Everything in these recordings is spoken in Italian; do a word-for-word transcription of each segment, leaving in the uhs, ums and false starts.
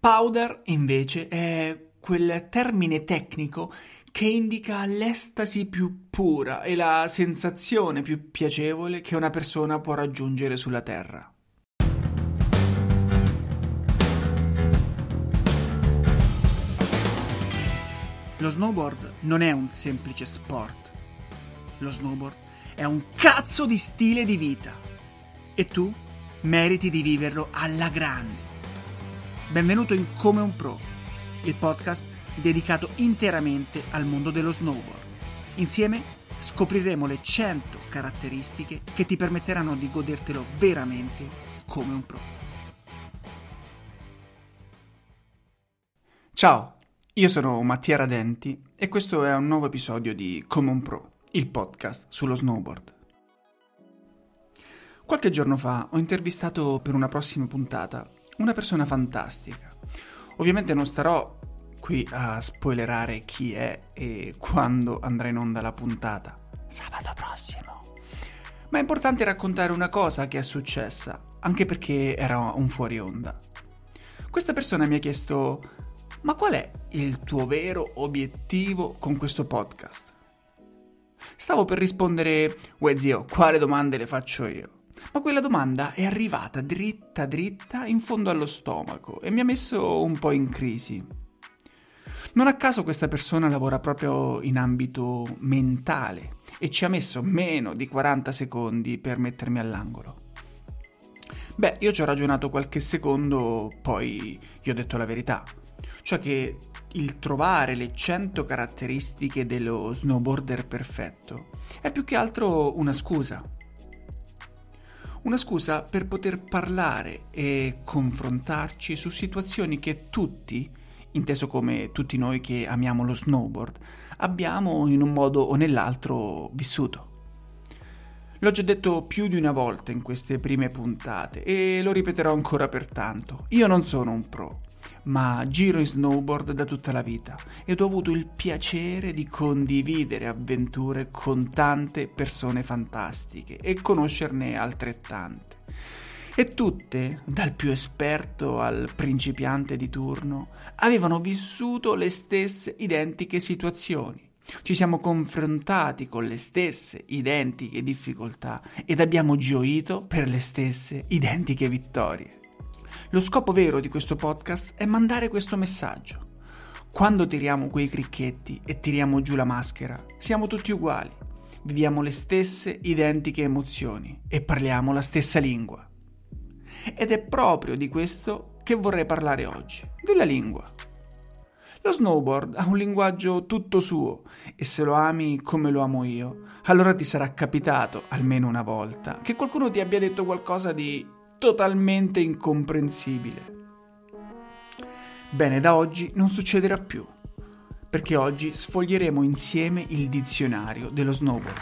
Powder, invece, è quel termine tecnico che indica l'estasi più pura e la sensazione più piacevole che una persona può raggiungere sulla Terra. Lo snowboard non è un semplice sport. Lo snowboard è un cazzo di stile di vita. E tu meriti di viverlo alla grande. Benvenuto in Come un Pro, il podcast dedicato interamente al mondo dello snowboard. Insieme scopriremo le cento caratteristiche che ti permetteranno di godertelo veramente come un pro. Ciao, io sono Mattia Radenti e questo è un nuovo episodio di Come un Pro, il podcast sullo snowboard. Qualche giorno fa ho intervistato per una prossima puntata una persona fantastica. Ovviamente non starò qui a spoilerare chi è e quando andrà in onda la puntata, sabato prossimo. Ma è importante raccontare una cosa che è successa, anche perché era un fuori onda. Questa persona mi ha chiesto: ma qual è il tuo vero obiettivo con questo podcast? Stavo per rispondere: uè zio, quale domande le faccio io? Ma quella domanda è arrivata dritta dritta in fondo allo stomaco e mi ha messo un po' in crisi. Non a caso questa persona lavora proprio in ambito mentale e ci ha messo meno di quaranta secondi per mettermi all'angolo. Beh, io ci ho ragionato qualche secondo, poi gli ho detto la verità, cioè che il trovare le cento caratteristiche dello snowboarder perfetto è più che altro una scusa. Una scusa per poter parlare e confrontarci su situazioni che tutti, inteso come tutti noi che amiamo lo snowboard, abbiamo in un modo o nell'altro vissuto. L'ho già detto più di una volta in queste prime puntate e lo ripeterò ancora per tanto. Io non sono un pro, ma giro in snowboard da tutta la vita ed ho avuto il piacere di condividere avventure con tante persone fantastiche e conoscerne altrettante. E tutte, dal più esperto al principiante di turno, avevano vissuto le stesse identiche situazioni. Ci siamo confrontati con le stesse identiche difficoltà ed abbiamo gioito per le stesse identiche vittorie. Lo scopo vero di questo podcast è mandare questo messaggio. Quando tiriamo quei cricchetti e tiriamo giù la maschera, siamo tutti uguali, viviamo le stesse identiche emozioni e parliamo la stessa lingua. Ed è proprio di questo che vorrei parlare oggi, della lingua. Lo snowboard ha un linguaggio tutto suo e se lo ami come lo amo io, allora ti sarà capitato, almeno una volta, che qualcuno ti abbia detto qualcosa di totalmente incomprensibile. Bene, da oggi non succederà più, perché oggi sfoglieremo insieme il dizionario dello snowboard.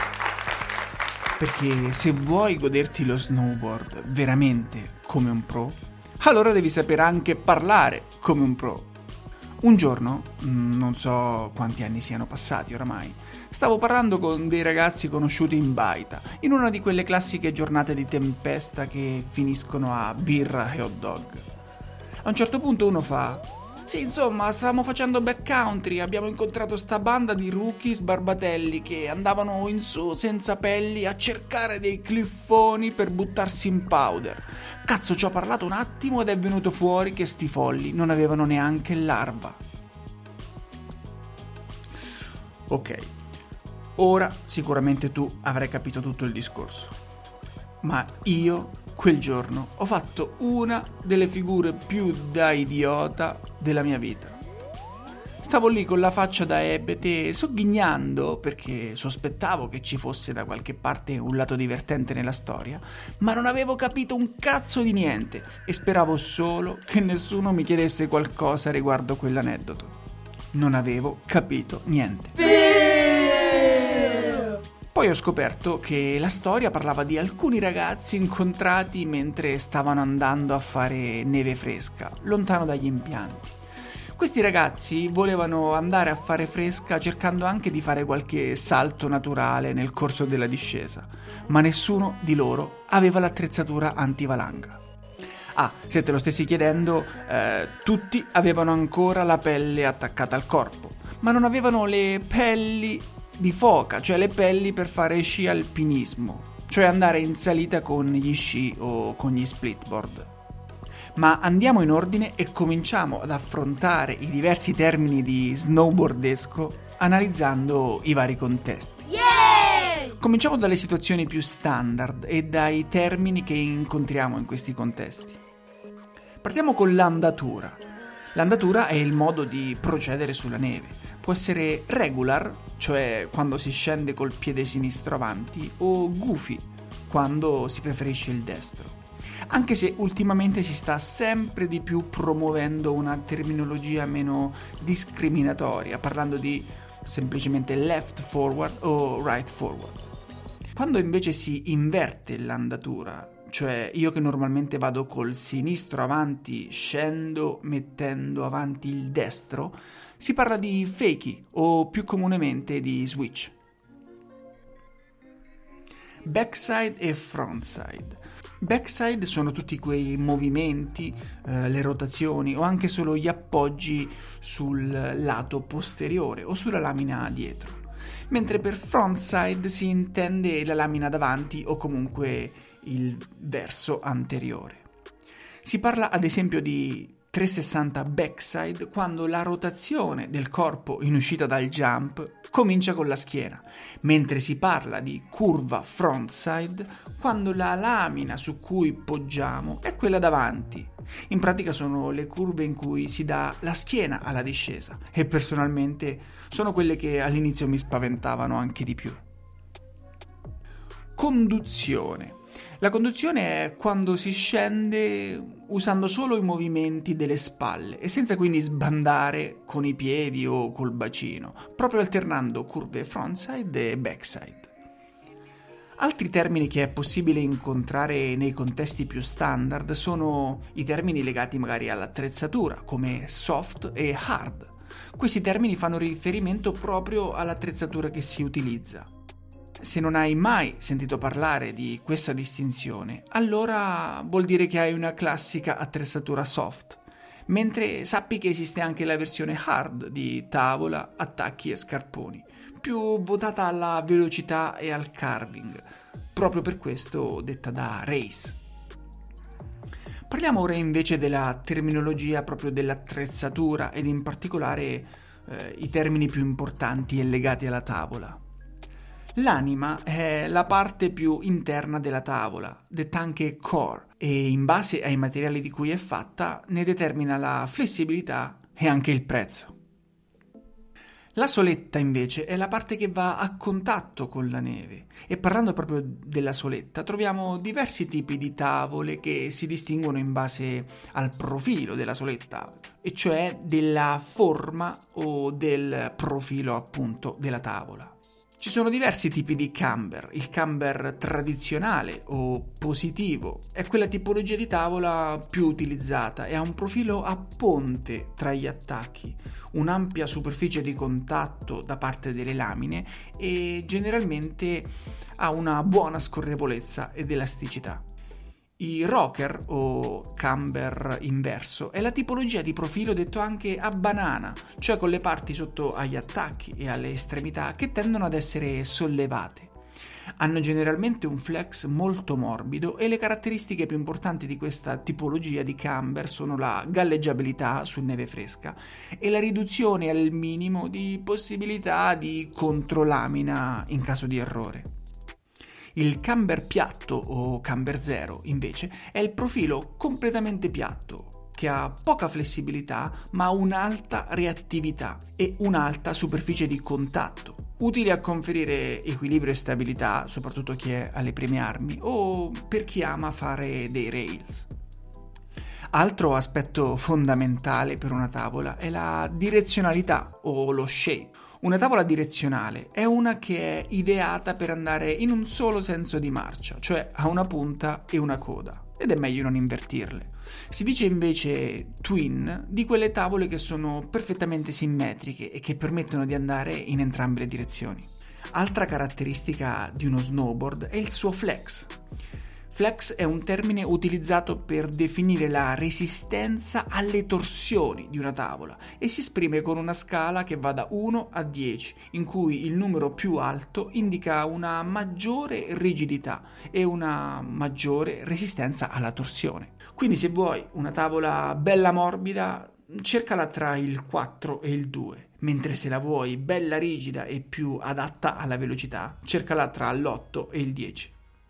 Perché se vuoi goderti lo snowboard veramente come un pro, allora devi sapere anche parlare come un pro. Un giorno, non so quanti anni siano passati oramai, stavo parlando con dei ragazzi conosciuti in baita, in una di quelle classiche giornate di tempesta che finiscono a birra e hot dog. A un certo punto uno fa: sì, insomma, stavamo facendo backcountry, abbiamo incontrato sta banda di rookie sbarbatelli che andavano in su senza pelli a cercare dei cliffoni per buttarsi in powder. Cazzo, ci ho parlato un attimo ed è venuto fuori che sti folli non avevano neanche larva. Ok, ora sicuramente tu avrai capito tutto il discorso, ma io quel giorno ho fatto una delle figure più da idiota della mia vita. Stavo lì con la faccia da ebete, sogghignando perché sospettavo che ci fosse da qualche parte un lato divertente nella storia, ma non avevo capito un cazzo di niente e speravo solo che nessuno mi chiedesse qualcosa riguardo quell'aneddoto. Non avevo capito niente. Poi ho scoperto che la storia parlava di alcuni ragazzi incontrati mentre stavano andando a fare neve fresca, lontano dagli impianti. Questi ragazzi volevano andare a fare fresca cercando anche di fare qualche salto naturale nel corso della discesa, ma nessuno di loro aveva l'attrezzatura antivalanga. Ah, se te lo stessi chiedendo, eh, tutti avevano ancora la pelle attaccata al corpo, ma non avevano le pelli di foca, cioè le pelli per fare sci alpinismo, cioè andare in salita con gli sci o con gli splitboard. Ma andiamo in ordine e cominciamo ad affrontare i diversi termini di snowboardesco analizzando i vari contesti. Yeah! Cominciamo dalle situazioni più standard e dai termini che incontriamo in questi contesti. Partiamo con l'andatura. L'andatura è il modo di procedere sulla neve. Può essere regular, cioè quando si scende col piede sinistro avanti, o goofy, quando si preferisce il destro. Anche se ultimamente si sta sempre di più promuovendo una terminologia meno discriminatoria, parlando di semplicemente left forward o right forward. Quando invece si inverte l'andatura, cioè io che normalmente vado col sinistro avanti, scendo mettendo avanti il destro, si parla di fakie o più comunemente di switch. Backside e frontside. Backside sono tutti quei movimenti, eh, le rotazioni o anche solo gli appoggi sul lato posteriore o sulla lamina dietro, mentre per frontside si intende la lamina davanti o comunque il verso anteriore. Si parla ad esempio di trecentosessanta backside quando la rotazione del corpo in uscita dal jump comincia con la schiena, mentre si parla di curva frontside quando la lamina su cui poggiamo è quella davanti. In pratica sono le curve in cui si dà la schiena alla discesa e personalmente sono quelle che all'inizio mi spaventavano anche di più. Conduzione. La conduzione è quando si scende usando solo i movimenti delle spalle e senza quindi sbandare con i piedi o col bacino, proprio alternando curve frontside e backside. Altri termini che è possibile incontrare nei contesti più standard sono i termini legati magari all'attrezzatura, come soft e hard. Questi termini fanno riferimento proprio all'attrezzatura che si utilizza. Se non hai mai sentito parlare di questa distinzione, allora vuol dire che hai una classica attrezzatura soft, mentre sappi che esiste anche la versione hard di tavola, attacchi e scarponi, più votata alla velocità e al carving, proprio per questo detta da race. Parliamo ora invece della terminologia proprio dell'attrezzatura ed in particolare eh, i termini più importanti e legati alla tavola. L'anima è la parte più interna della tavola, detta anche core, e in base ai materiali di cui è fatta ne determina la flessibilità e anche il prezzo. La soletta invece è la parte che va a contatto con la neve e parlando proprio della soletta troviamo diversi tipi di tavole che si distinguono in base al profilo della soletta, e cioè della forma o del profilo appunto della tavola. Ci sono diversi tipi di camber. Il camber tradizionale o positivo è quella tipologia di tavola più utilizzata e ha un profilo a ponte tra gli attacchi, un'ampia superficie di contatto da parte delle lamine e generalmente ha una buona scorrevolezza ed elasticità. I rocker o camber inverso è la tipologia di profilo detto anche a banana, cioè con le parti sotto agli attacchi e alle estremità che tendono ad essere sollevate. Hanno generalmente un flex molto morbido e le caratteristiche più importanti di questa tipologia di camber sono la galleggiabilità su neve fresca e la riduzione al minimo di possibilità di controlamina in caso di errore. Il camber piatto o camber zero, invece, è il profilo completamente piatto, che ha poca flessibilità ma un'alta reattività e un'alta superficie di contatto, utile a conferire equilibrio e stabilità, soprattutto a chi è alle prime armi o per chi ama fare dei rails. Altro aspetto fondamentale per una tavola è la direzionalità o lo shape. Una tavola direzionale è una che è ideata per andare in un solo senso di marcia, cioè ha una punta e una coda, ed è meglio non invertirle. Si dice invece twin di quelle tavole che sono perfettamente simmetriche e che permettono di andare in entrambe le direzioni. Altra caratteristica di uno snowboard è il suo flex. Flex è un termine utilizzato per definire la resistenza alle torsioni di una tavola e si esprime con una scala che va da uno a dieci, in cui il numero più alto indica una maggiore rigidità e una maggiore resistenza alla torsione. Quindi se vuoi una tavola bella morbida, cercala tra il quattro e il due, mentre se la vuoi bella rigida e più adatta alla velocità, cercala tra l'otto e il dieci.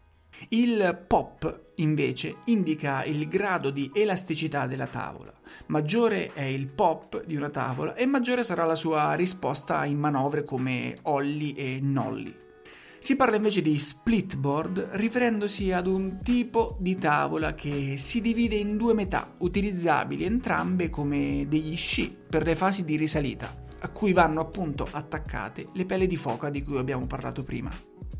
Il pop, invece, indica il grado di elasticità della tavola. Maggiore è il pop di una tavola e maggiore sarà la sua risposta in manovre come ollie e nollie. Si parla invece di splitboard riferendosi ad un tipo di tavola che si divide in due metà, utilizzabili entrambe come degli sci per le fasi di risalita, a cui vanno appunto attaccate le pelle di foca di cui abbiamo parlato prima.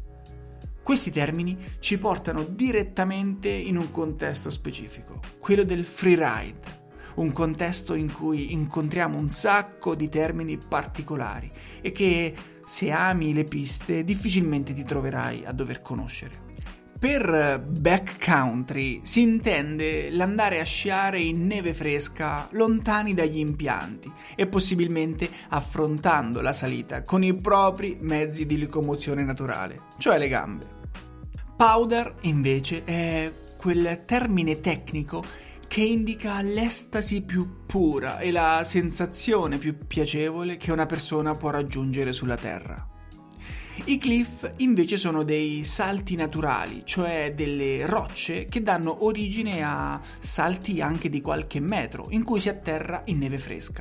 Questi termini ci portano direttamente in un contesto specifico, quello del freeride, un contesto in cui incontriamo un sacco di termini particolari e che, se ami le piste, difficilmente ti troverai a dover conoscere. Per backcountry si intende l'andare a sciare in neve fresca lontani dagli impianti e possibilmente affrontando la salita con i propri mezzi di locomozione naturale, cioè le gambe. Powder, invece, è quel termine tecnico che indica l'estasi più pura e la sensazione più piacevole che una persona può raggiungere sulla terra. I cliff invece sono dei salti naturali, cioè delle rocce che danno origine a salti anche di qualche metro in cui si atterra in neve fresca.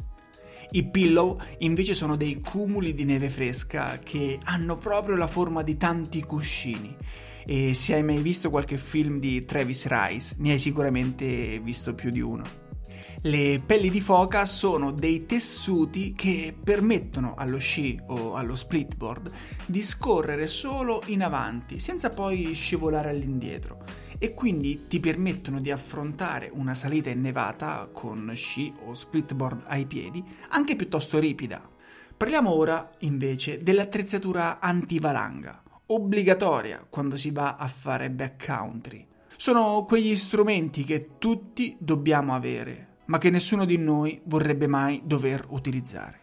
I pillow invece sono dei cumuli di neve fresca che hanno proprio la forma di tanti cuscini. E se hai mai visto qualche film di Travis Rice, ne hai sicuramente visto più di uno. Le pelli di foca sono dei tessuti che permettono allo sci o allo splitboard di scorrere solo in avanti, senza poi scivolare all'indietro, e quindi ti permettono di affrontare una salita innevata con sci o splitboard ai piedi, anche piuttosto ripida. Parliamo ora, invece, dell'attrezzatura antivalanga, obbligatoria quando si va a fare backcountry. Sono quegli strumenti che tutti dobbiamo avere, ma che nessuno di noi vorrebbe mai dover utilizzare.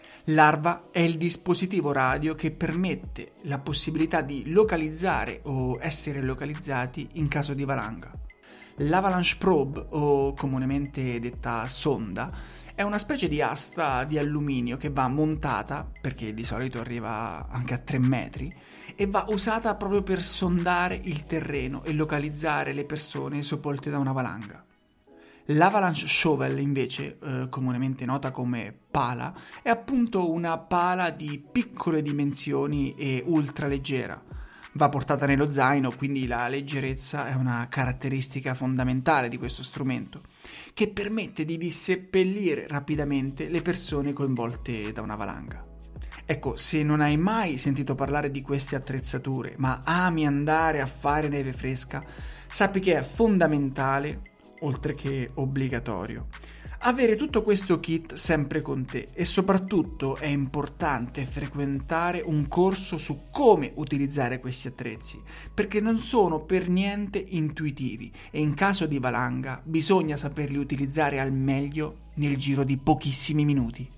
L'Arva è il dispositivo radio che permette la possibilità di localizzare o essere localizzati in caso di valanga. L'Avalanche Probe, o comunemente detta sonda, è una specie di asta di alluminio che va montata, perché di solito arriva anche a tre metri, e va usata proprio per sondare il terreno e localizzare le persone sepolte da una valanga. L'Avalanche Shovel, invece, eh, comunemente nota come pala, è appunto una pala di piccole dimensioni e ultraleggera. Va portata nello zaino, quindi la leggerezza è una caratteristica fondamentale di questo strumento, che permette di disseppellire rapidamente le persone coinvolte da una valanga. Ecco, se non hai mai sentito parlare di queste attrezzature, ma ami andare a fare neve fresca, sappi che è fondamentale, oltre che obbligatorio, avere tutto questo kit sempre con te, e soprattutto è importante frequentare un corso su come utilizzare questi attrezzi, perché non sono per niente intuitivi e in caso di valanga bisogna saperli utilizzare al meglio nel giro di pochissimi minuti.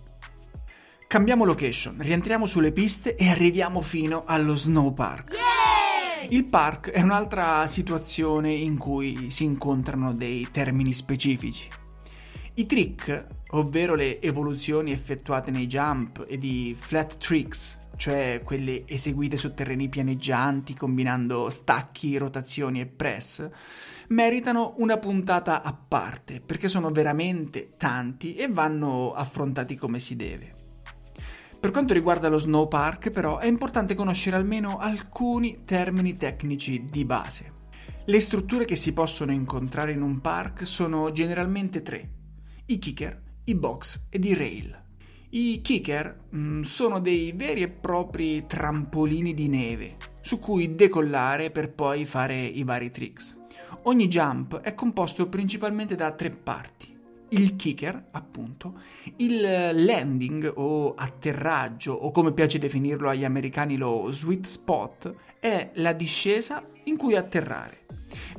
Cambiamo location, rientriamo sulle piste e arriviamo fino allo snow park. Yay! Il park è un'altra situazione in cui si incontrano dei termini specifici. I trick, ovvero le evoluzioni effettuate nei jump, e i flat tricks, cioè quelle eseguite su terreni pianeggianti combinando stacchi, rotazioni e press, meritano una puntata a parte perché sono veramente tanti e vanno affrontati come si deve. Per quanto riguarda lo snow park, però, è importante conoscere almeno alcuni termini tecnici di base. Le strutture che si possono incontrare in un park sono generalmente tre: i kicker, i box ed i rail. I kicker mh, sono dei veri e propri trampolini di neve su cui decollare per poi fare i vari tricks. Ogni jump è composto principalmente da tre parti: il kicker, appunto, il landing o atterraggio, o come piace definirlo agli americani lo sweet spot, è la discesa in cui atterrare,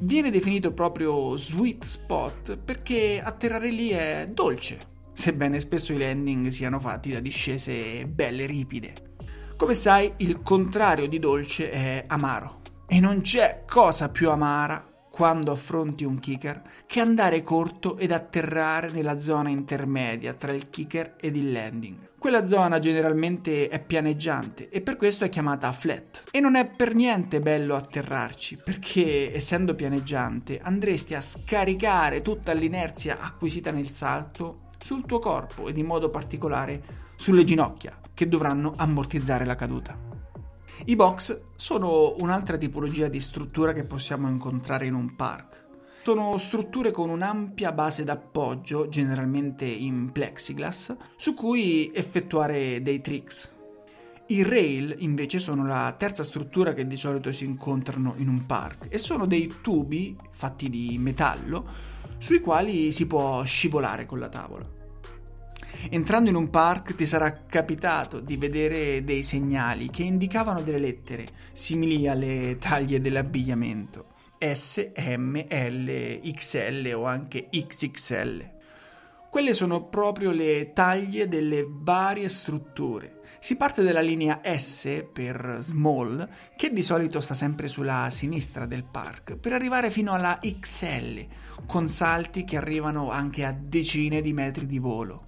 Viene definito proprio sweet spot perché atterrare lì è dolce, sebbene spesso i landing siano fatti da discese belle ripide. Come sai, il contrario di dolce è amaro, e non c'è cosa più amara quando affronti un kicker che andare corto ed atterrare nella zona intermedia tra il kicker ed il landing. Quella zona generalmente è pianeggiante e per questo è chiamata flat. E non è per niente bello atterrarci, perché essendo pianeggiante andresti a scaricare tutta l'inerzia acquisita nel salto sul tuo corpo ed in modo particolare sulle ginocchia, che dovranno ammortizzare la caduta. I box sono un'altra tipologia di struttura che possiamo incontrare in un park. Sono strutture con un'ampia base d'appoggio, generalmente in plexiglass, su cui effettuare dei tricks. I rail invece sono la terza struttura che di solito si incontrano in un park e sono dei tubi fatti di metallo sui quali si può scivolare con la tavola. Entrando in un park ti sarà capitato di vedere dei segnali che indicavano delle lettere simili alle taglie dell'abbigliamento S, M, L, X L o anche X X L. Quelle sono proprio le taglie delle varie strutture. Si parte dalla linea S per small, che di solito sta sempre sulla sinistra del park, per arrivare fino alla X L, con salti che arrivano anche a decine di metri di volo.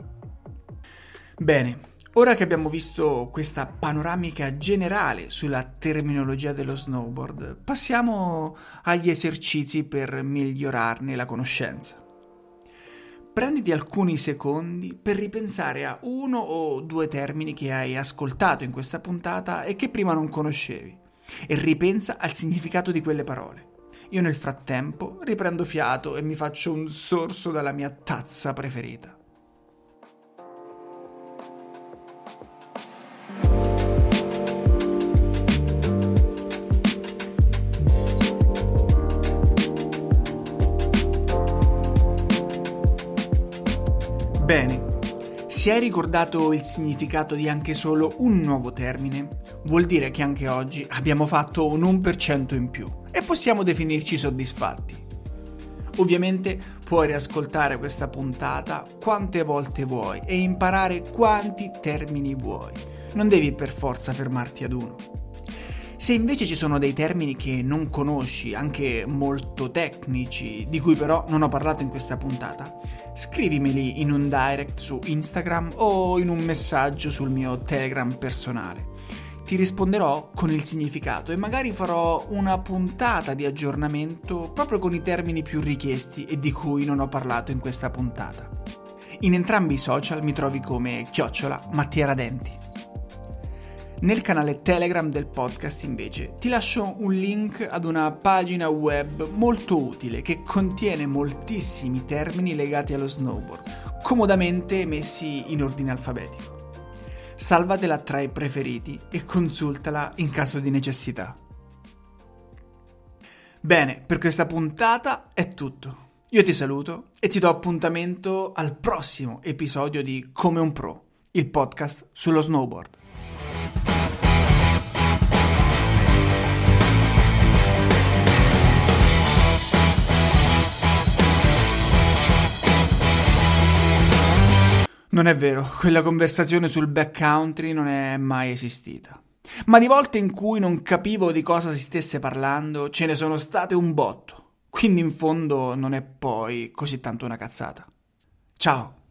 Bene, ora che abbiamo visto questa panoramica generale sulla terminologia dello snowboard, passiamo agli esercizi per migliorarne la conoscenza. Prenditi alcuni secondi per ripensare a uno o due termini che hai ascoltato in questa puntata e che prima non conoscevi, e ripensa al significato di quelle parole. Io nel frattempo riprendo fiato e mi faccio un sorso dalla mia tazza preferita. Bene, se hai ricordato il significato di anche solo un nuovo termine, vuol dire che anche oggi abbiamo fatto un uno per cento in più e possiamo definirci soddisfatti. Ovviamente puoi riascoltare questa puntata quante volte vuoi e imparare quanti termini vuoi. Non devi per forza fermarti ad uno. Se invece ci sono dei termini che non conosci, anche molto tecnici, di cui però non ho parlato in questa puntata, scrivimeli in un direct su Instagram o in un messaggio sul mio Telegram personale. Ti risponderò con il significato e magari farò una puntata di aggiornamento proprio con i termini più richiesti e di cui non ho parlato in questa puntata. In entrambi i social mi trovi come chiocciola Mattia Radenti. Nel canale Telegram del podcast invece ti lascio un link ad una pagina web molto utile che contiene moltissimi termini legati allo snowboard, comodamente messi in ordine alfabetico. Salvatela tra i preferiti e consultala in caso di necessità. Bene, per questa puntata è tutto. Io ti saluto e ti do appuntamento al prossimo episodio di Come un Pro, il podcast sullo snowboard. Non è vero, quella conversazione sul backcountry non è mai esistita. Ma di volte in cui non capivo di cosa si stesse parlando, ce ne sono state un botto. Quindi in fondo non è poi così tanto una cazzata. Ciao!